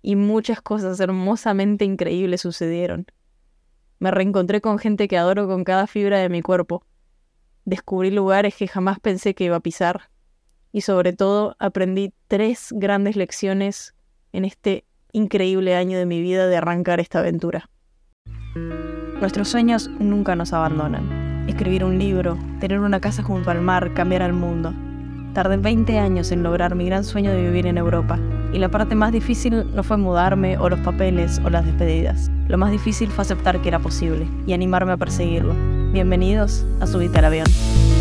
y muchas cosas hermosamente increíbles sucedieron. Me reencontré con gente que adoro con cada fibra de mi cuerpo. Descubrí lugares que jamás pensé que iba a pisar. Y sobre todo, aprendí 3 grandes lecciones en este increíble año de mi vida de arrancar esta aventura. Nuestros sueños nunca nos abandonan. Escribir un libro, tener una casa junto al mar, cambiar al mundo. Tardé 20 años en lograr mi gran sueño de vivir en Europa. Y la parte más difícil no fue mudarme, o los papeles, o las despedidas. Lo más difícil fue aceptar que era posible y animarme a perseguirlo. Bienvenidos a Subite al Avión.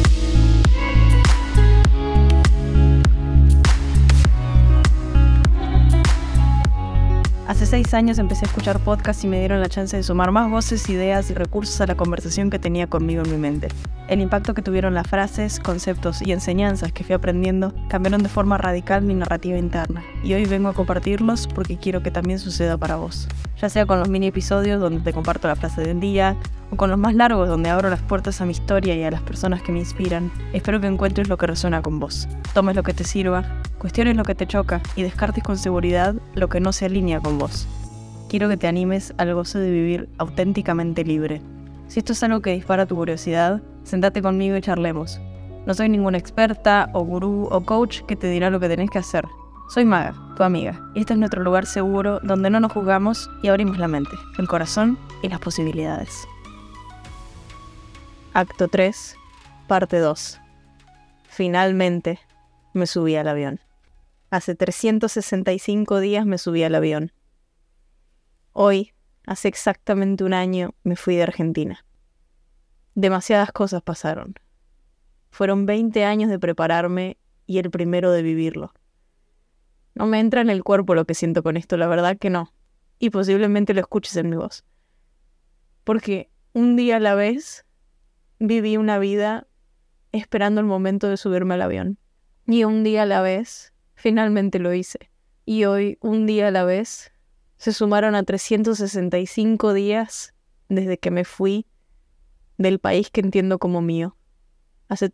Hace 6 años empecé a escuchar podcasts y me dieron la chance de sumar más voces, ideas y recursos a la conversación que tenía conmigo en mi mente. El impacto que tuvieron las frases, conceptos y enseñanzas que fui aprendiendo cambiaron de forma radical mi narrativa interna. Y hoy vengo a compartirlos porque quiero que también suceda para vos. Ya sea con los mini episodios donde te comparto la frase del día, o con los más largos donde abro las puertas a mi historia y a las personas que me inspiran. Espero que encuentres lo que resuena con vos. Tomes lo que te sirva, cuestiones lo que te choca y descartes con seguridad lo que no se alinea con vos. Quiero que te animes al gozo de vivir auténticamente libre. Si esto es algo que dispara tu curiosidad, sentate conmigo y charlemos. No soy ninguna experta o gurú o coach que te dirá lo que tenés que hacer. Soy Maga, tu amiga, y este es nuestro lugar seguro donde no nos juzgamos y abrimos la mente, el corazón y las posibilidades. Acto 3, parte 2. Finalmente me subí al avión. Hace 365 días me subí al avión. Hoy, hace exactamente un año, me fui de Argentina. Demasiadas cosas pasaron. Fueron 20 años de prepararme y el primero de vivirlo. No me entra en el cuerpo lo que siento con esto, la verdad que no. Y posiblemente lo escuches en mi voz. Porque un día a la vez viví una vida esperando el momento de subirme al avión. Y un día a la vez finalmente lo hice. Y hoy, un día a la vez, se sumaron a 365 días desde que me fui del país que entiendo como mío. Hace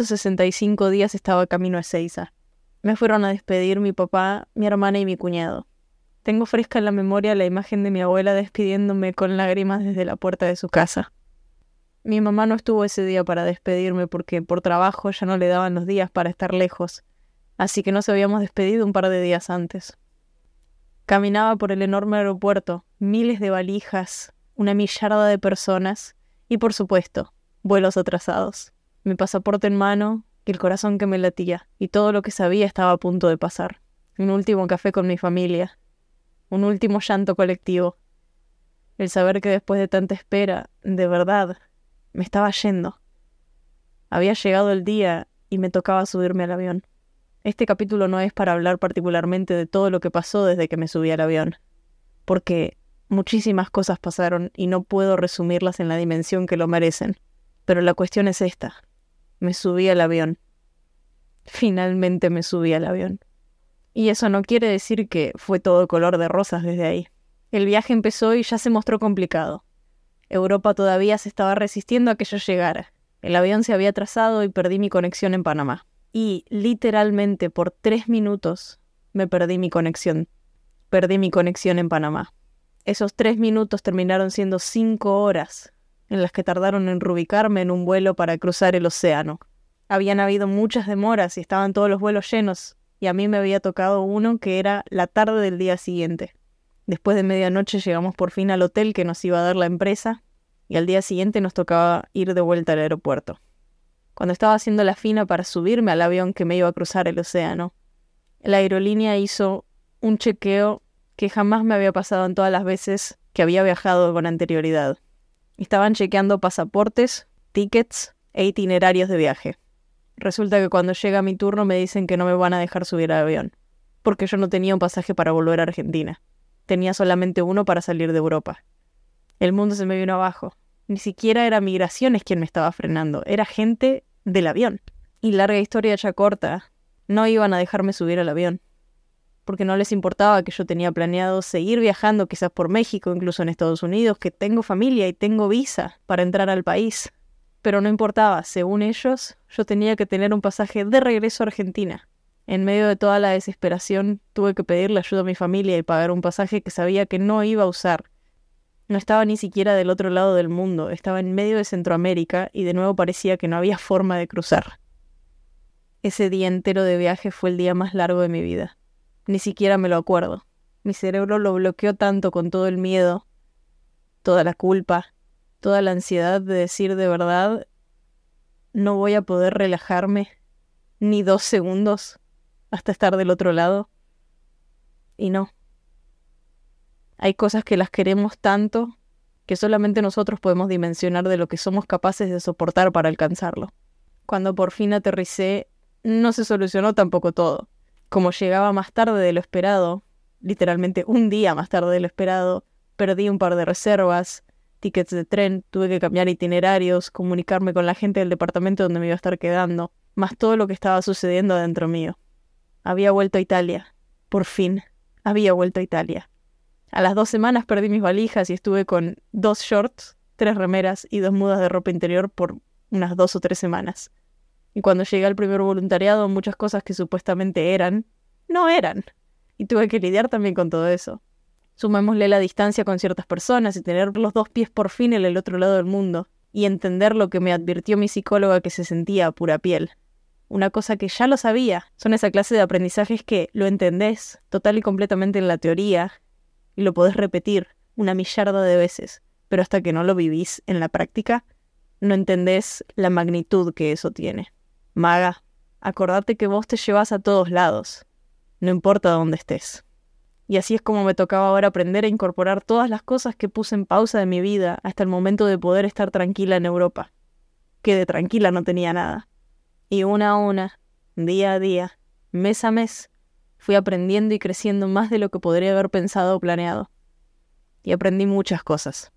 365 días estaba camino a Ezeiza. Me fueron a despedir mi papá, mi hermana y mi cuñado. Tengo fresca en la memoria la imagen de mi abuela despidiéndome con lágrimas desde la puerta de su casa. Mi mamá no estuvo ese día para despedirme porque por trabajo ya no le daban los días para estar lejos, así que nos habíamos despedido un par de días antes. Caminaba por el enorme aeropuerto, miles de valijas, una millarda de personas y, por supuesto, vuelos atrasados. Mi pasaporte en mano y el corazón que me latía, y todo lo que sabía estaba a punto de pasar. Un último café con mi familia, un último llanto colectivo. El saber que después de tanta espera, de verdad, me estaba yendo. Había llegado el día y me tocaba subirme al avión. Este capítulo no es para hablar particularmente de todo lo que pasó desde que me subí al avión, porque muchísimas cosas pasaron y no puedo resumirlas en la dimensión que lo merecen. Pero la cuestión es esta. Me subí al avión. Finalmente me subí al avión. Y eso no quiere decir que fue todo color de rosas desde ahí. El viaje empezó y ya se mostró complicado. Europa todavía se estaba resistiendo a que yo llegara. El avión se había atrasado y perdí mi conexión en Panamá. Y literalmente por 3 minutos me perdí mi conexión. Perdí mi conexión en Panamá. Esos 3 minutos terminaron siendo 5 horas en las que tardaron en reubicarme en un vuelo para cruzar el océano. Habían habido muchas demoras y estaban todos los vuelos llenos, y a mí me había tocado uno que era la tarde del día siguiente. Después de medianoche llegamos por fin al hotel que nos iba a dar la empresa, y al día siguiente nos tocaba ir de vuelta al aeropuerto. Cuando estaba haciendo la fila para subirme al avión que me iba a cruzar el océano, la aerolínea hizo un chequeo que jamás me había pasado en todas las veces que había viajado con anterioridad. Estaban chequeando pasaportes, tickets e itinerarios de viaje. Resulta que cuando llega mi turno me dicen que no me van a dejar subir al avión, porque yo no tenía un pasaje para volver a Argentina. Tenía solamente uno para salir de Europa. El mundo se me vino abajo. Ni siquiera era Migraciones quien me estaba frenando, era gente del avión. Y larga historia ya corta, no iban a dejarme subir al avión, porque no les importaba que yo tenía planeado seguir viajando quizás por México, incluso en Estados Unidos, que tengo familia y tengo visa para entrar al país. Pero no importaba, según ellos, yo tenía que tener un pasaje de regreso a Argentina. En medio de toda la desesperación, tuve que pedirle ayuda a mi familia y pagar un pasaje que sabía que no iba a usar. No estaba ni siquiera del otro lado del mundo, estaba en medio de Centroamérica y de nuevo parecía que no había forma de cruzar. Ese día entero de viaje fue el día más largo de mi vida. Ni siquiera me lo acuerdo. Mi cerebro lo bloqueó tanto con todo el miedo, toda la culpa, toda la ansiedad de decir de verdad, no voy a poder relajarme ni 2 segundos hasta estar del otro lado. Y no. Hay cosas que las queremos tanto que solamente nosotros podemos dimensionar de lo que somos capaces de soportar para alcanzarlo. Cuando por fin aterricé, no se solucionó tampoco todo. Como llegaba más tarde de lo esperado, literalmente un día más tarde de lo esperado, perdí un par de reservas, tickets de tren, tuve que cambiar itinerarios, comunicarme con la gente del departamento donde me iba a estar quedando, más todo lo que estaba sucediendo adentro mío. Había vuelto a Italia. Por fin, había vuelto a Italia. A las 2 semanas perdí mis valijas y estuve con 2 shorts, 3 remeras y 2 mudas de ropa interior por unas 2 o 3 semanas. Y cuando llegué al primer voluntariado, muchas cosas que supuestamente eran, no eran. Y tuve que lidiar también con todo eso. Sumémosle la distancia con ciertas personas y tener los 2 pies por fin en el otro lado del mundo. Y entender lo que me advirtió mi psicóloga que se sentía a pura piel. Una cosa que ya lo sabía. Son esa clase de aprendizajes que lo entendés total y completamente en la teoría y lo podés repetir una millarda de veces. Pero hasta que no lo vivís en la práctica, no entendés la magnitud que eso tiene. Maga, acordate que vos te llevas a todos lados, no importa dónde estés. Y así es como me tocaba ahora aprender a incorporar todas las cosas que puse en pausa de mi vida hasta el momento de poder estar tranquila en Europa. Que de tranquila no tenía nada. Y una a una, día a día, mes a mes, fui aprendiendo y creciendo más de lo que podría haber pensado o planeado. Y aprendí muchas cosas.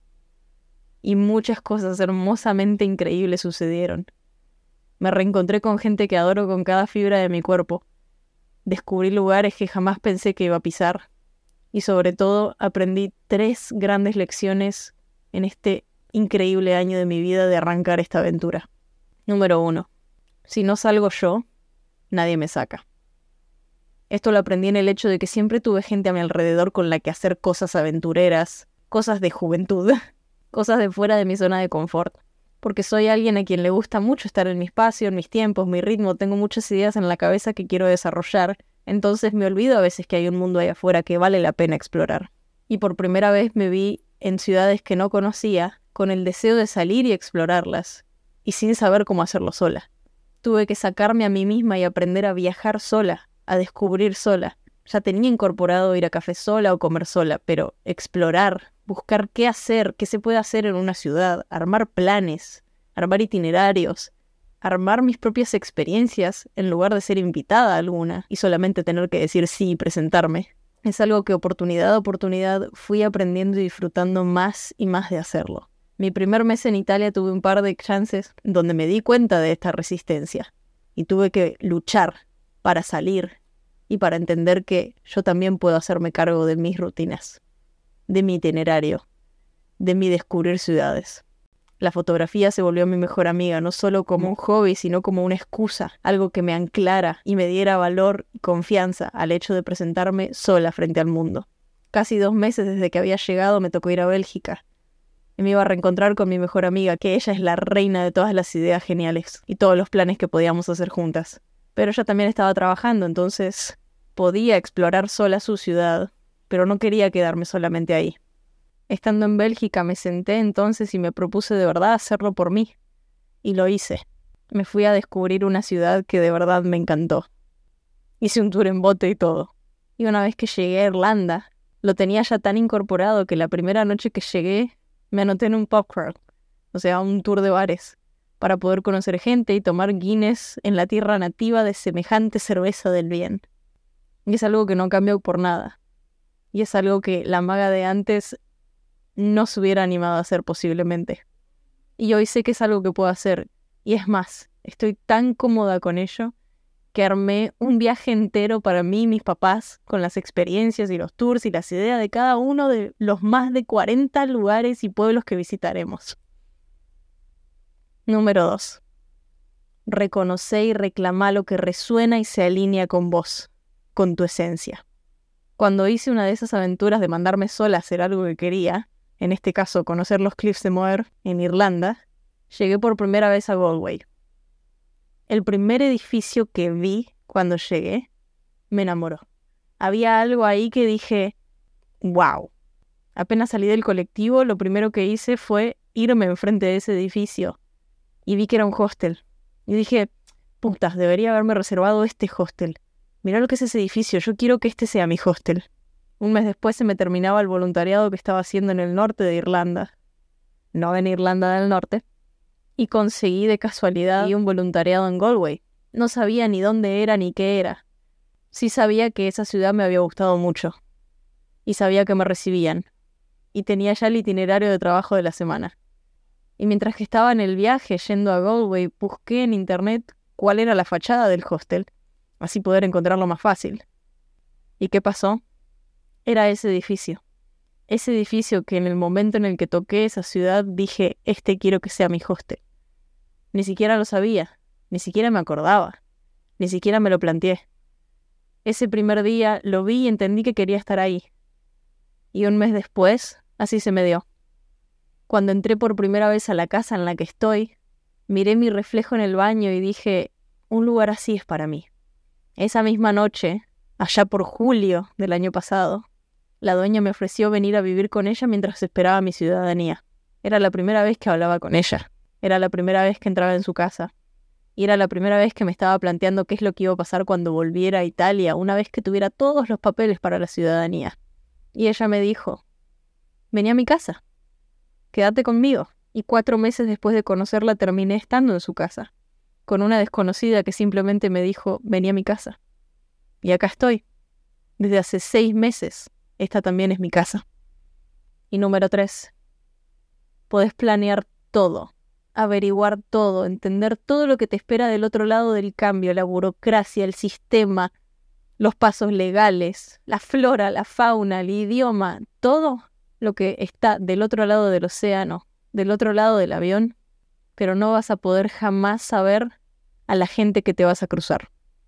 Y muchas cosas hermosamente increíbles sucedieron. Me reencontré con gente que adoro con cada fibra de mi cuerpo. Descubrí lugares que jamás pensé que iba a pisar. Y sobre todo, aprendí 3 grandes lecciones en este increíble año de mi vida de arrancar esta aventura. Número 1. Si no salgo yo, nadie me saca. Esto lo aprendí en el hecho de que siempre tuve gente a mi alrededor con la que hacer cosas aventureras, cosas de juventud, cosas de fuera de mi zona de confort. Porque soy alguien a quien le gusta mucho estar en mi espacio, en mis tiempos, mi ritmo, tengo muchas ideas en la cabeza que quiero desarrollar, entonces me olvido a veces que hay un mundo ahí afuera que vale la pena explorar. Y por primera vez me vi en ciudades que no conocía, con el deseo de salir y explorarlas, y sin saber cómo hacerlo sola. Tuve que sacarme a mí misma y aprender a viajar sola, a descubrir sola. Ya tenía incorporado ir a café sola o comer sola, pero explorar, buscar qué hacer, qué se puede hacer en una ciudad, armar planes, armar itinerarios, armar mis propias experiencias en lugar de ser invitada a alguna y solamente tener que decir sí y presentarme. Es algo que oportunidad a oportunidad fui aprendiendo y disfrutando más y más de hacerlo. Mi primer mes en Italia tuve un par de chances donde me di cuenta de esta resistencia y tuve que luchar para salir y para entender que yo también puedo hacerme cargo de mis rutinas, de mi itinerario, de mi descubrir ciudades. La fotografía se volvió mi mejor amiga, no solo como un hobby, sino como una excusa, algo que me anclara y me diera valor y confianza al hecho de presentarme sola frente al mundo. Casi 2 meses desde que había llegado me tocó ir a Bélgica. Y me iba a reencontrar con mi mejor amiga, que ella es la reina de todas las ideas geniales y todos los planes que podíamos hacer juntas. Pero ella también estaba trabajando, entonces podía explorar sola su ciudad, pero no quería quedarme solamente ahí. Estando en Bélgica me senté entonces y me propuse de verdad hacerlo por mí. Y lo hice. Me fui a descubrir una ciudad que de verdad me encantó. Hice un tour en bote y todo. Y una vez que llegué a Irlanda, lo tenía ya tan incorporado que la primera noche que llegué me anoté en un pub crawl, o sea, un tour de bares, para poder conocer gente y tomar Guinness en la tierra nativa de semejante cerveza del bien. Y es algo que no cambió por nada. Y es algo que la maga de antes no se hubiera animado a hacer posiblemente. Y hoy sé que es algo que puedo hacer. Y es más, estoy tan cómoda con ello que armé un viaje entero para mí y mis papás con las experiencias y los tours y las ideas de cada uno de los más de 40 lugares y pueblos que visitaremos. Número 2. Reconocé y reclamá lo que resuena y se alinea con vos, con tu esencia. Cuando hice una de esas aventuras de mandarme sola a hacer algo que quería, en este caso conocer los Cliffs de Moher en Irlanda, llegué por primera vez a Galway. El primer edificio que vi cuando llegué me enamoró. Había algo ahí que dije, wow. Apenas salí del colectivo, lo primero que hice fue irme enfrente de ese edificio y vi que era un hostel. Y dije, putas, debería haberme reservado este hostel. Mirá lo que es ese edificio, yo quiero que este sea mi hostel. Un mes después se me terminaba el voluntariado que estaba haciendo en el norte de Irlanda, no en Irlanda del Norte, y conseguí de casualidad un voluntariado en Galway. No sabía ni dónde era ni qué era. Sí sabía que esa ciudad me había gustado mucho, y sabía que me recibían, y tenía ya el itinerario de trabajo de la semana. Y mientras que estaba en el viaje yendo a Galway, busqué en internet cuál era la fachada del hostel, así poder encontrarlo más fácil. ¿Y qué pasó? Era ese edificio. Ese edificio que en el momento en el que toqué esa ciudad dije, este quiero que sea mi hostel. Ni siquiera lo sabía, ni siquiera me acordaba, ni siquiera me lo planteé. Ese primer día lo vi y entendí que quería estar ahí. Y un mes después, así se me dio. Cuando entré por primera vez a la casa en la que estoy, miré mi reflejo en el baño y dije, un lugar así es para mí. Esa misma noche, allá por julio del año pasado, la dueña me ofreció venir a vivir con ella mientras esperaba mi ciudadanía. Era la primera vez que hablaba con ella. Era la primera vez que entraba en su casa. Y era la primera vez que me estaba planteando qué es lo que iba a pasar cuando volviera a Italia, una vez que tuviera todos los papeles para la ciudadanía. Y ella me dijo, vení a mi casa, quédate conmigo. Y 4 meses después de conocerla terminé estando en su casa, con una desconocida que simplemente me dijo, vení a mi casa. Y acá estoy. Desde hace 6 meses, esta también es mi casa. Y número 3, podés planear todo, averiguar todo, entender todo lo que te espera del otro lado del cambio, la burocracia, el sistema, los pasos legales, la flora, la fauna, el idioma, todo lo que está del otro lado del océano, del otro lado del avión, pero no vas a poder jamás saber a la gente que te vas a cruzar.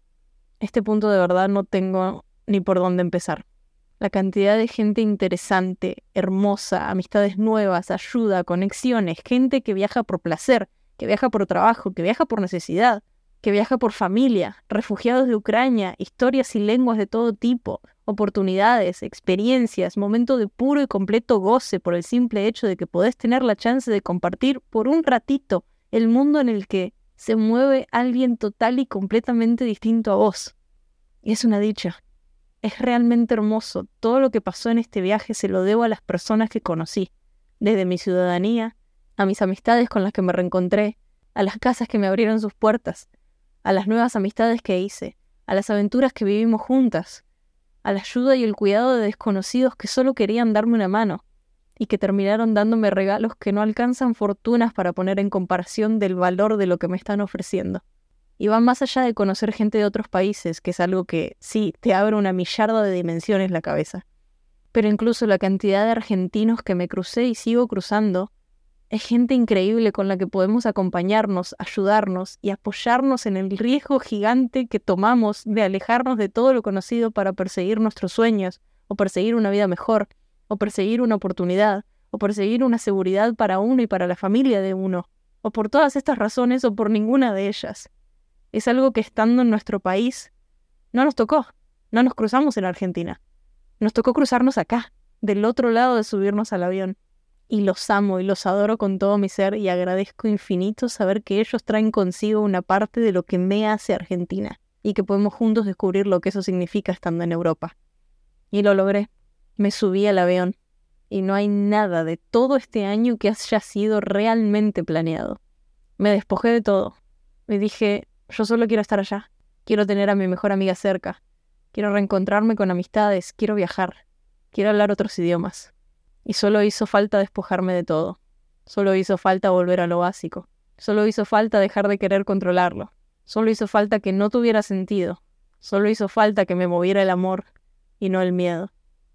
Este punto de verdad no tengo ni por dónde empezar. La cantidad de gente interesante, hermosa, amistades nuevas, ayuda, conexiones, gente que viaja por placer, que viaja por trabajo, que viaja por necesidad, que viaja por familia, refugiados de Ucrania, historias y lenguas de todo tipo, oportunidades, experiencias, momento de puro y completo goce por el simple hecho de que podés tener la chance de compartir por un ratito el mundo en el que se mueve alguien total y completamente distinto a vos. Y es una dicha. Es realmente hermoso. Todo lo que pasó en este viaje se lo debo a las personas que conocí, desde mi ciudadanía, a mis amistades con las que me reencontré, a las casas que me abrieron sus puertas, a las nuevas amistades que hice, a las aventuras que vivimos juntas, a la ayuda y el cuidado de desconocidos que solo querían darme una mano y que terminaron dándome regalos que no alcanzan fortunas para poner en comparación del valor de lo que me están ofreciendo. Y van más allá de conocer gente de otros países, que es algo que, sí, te abre una millarda de dimensiones la cabeza. Pero incluso la cantidad de argentinos que me crucé y sigo cruzando es gente increíble con la que podemos acompañarnos, ayudarnos y apoyarnos en el riesgo gigante que tomamos de alejarnos de todo lo conocido para perseguir nuestros sueños, o perseguir una vida mejor, o perseguir una oportunidad, o perseguir una seguridad para uno y para la familia de uno, o por todas estas razones o por ninguna de ellas. Es algo que estando en nuestro país no nos tocó, no nos cruzamos en Argentina. Nos tocó cruzarnos acá, del otro lado de subirnos al avión. Y los amo y los adoro con todo mi ser y agradezco infinito saber que ellos traen consigo una parte de lo que me hace Argentina y que podemos juntos descubrir lo que eso significa estando en Europa. Y lo logré. Me subí al avión y no hay nada de todo este año que haya sido realmente planeado. Me despojé de todo. Me dije, yo solo quiero estar allá. Quiero tener a mi mejor amiga cerca. Quiero reencontrarme con amistades. Quiero viajar. Quiero hablar otros idiomas. Y solo hizo falta despojarme de todo. Solo hizo falta volver a lo básico. Solo hizo falta dejar de querer controlarlo. Solo hizo falta que no tuviera sentido. Solo hizo falta que me moviera el amor y no el miedo.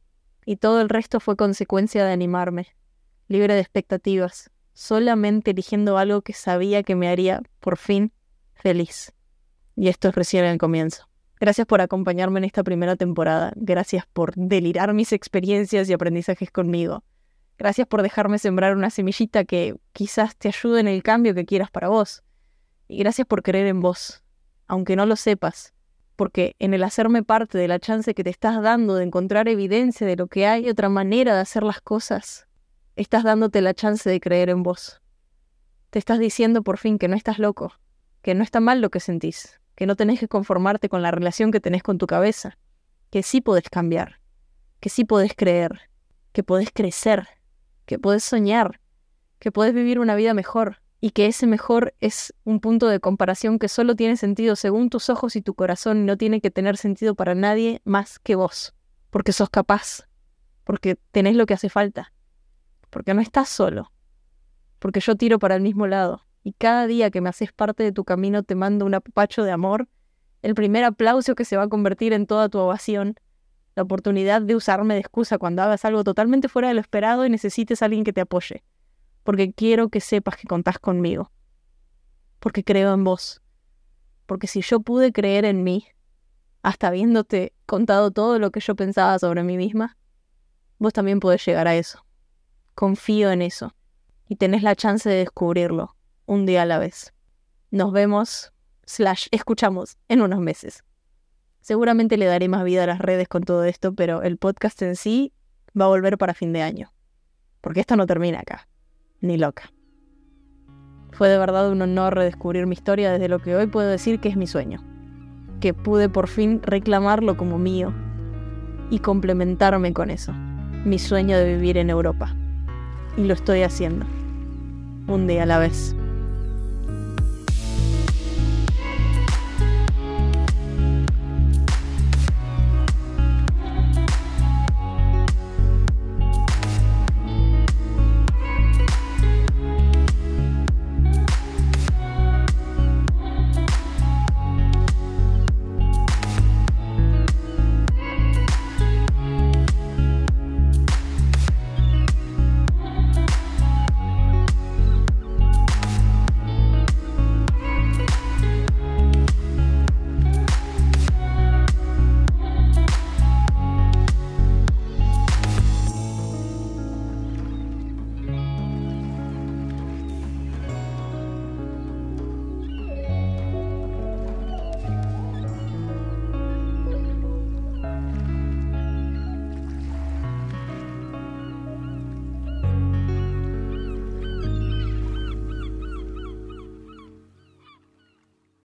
Y todo el resto fue consecuencia de animarme, libre de expectativas, solamente eligiendo algo que sabía que me haría, por fin, feliz. Y esto es recién el comienzo. Gracias por acompañarme en esta primera temporada. Gracias por delirar mis experiencias y aprendizajes conmigo. Gracias por dejarme sembrar una semillita que quizás te ayude en el cambio que quieras para vos. Y gracias por creer en vos, aunque no lo sepas. Porque en el hacerme parte de la chance que te estás dando de encontrar evidencia de lo que hay otra manera de hacer las cosas, estás dándote la chance de creer en vos. Te estás diciendo por fin que no estás loco, que no está mal lo que sentís, que no tenés que conformarte con la relación que tenés con tu cabeza, que sí podés cambiar, que sí podés creer, que podés crecer, que podés soñar, que podés vivir una vida mejor, y que ese mejor es un punto de comparación que solo tiene sentido según tus ojos y tu corazón y no tiene que tener sentido para nadie más que vos, porque sos capaz, porque tenés lo que hace falta, porque no estás solo, porque yo tiro para el mismo lado. Y cada día que me haces parte de tu camino te mando un apapacho de amor, el primer aplauso que se va a convertir en toda tu ovación, la oportunidad de usarme de excusa cuando hagas algo totalmente fuera de lo esperado y necesites a alguien que te apoye. Porque quiero que sepas que contás conmigo. Porque creo en vos. Porque si yo pude creer en mí, hasta habiéndote contado todo lo que yo pensaba sobre mí misma, vos también podés llegar a eso. Confío en eso. Y tenés la chance de descubrirlo. Un día a la vez. Nos vemos, /escuchamos en unos meses. Seguramente le daré más vida a las redes con todo esto, pero el podcast en sí va a volver para fin de año. Porque esto no termina acá. Ni loca. Fue de verdad un honor redescubrir mi historia desde lo que hoy puedo decir que es mi sueño. Que pude por fin reclamarlo como mío y complementarme con eso. Mi sueño de vivir en Europa. Y lo estoy haciendo. Un día a la vez.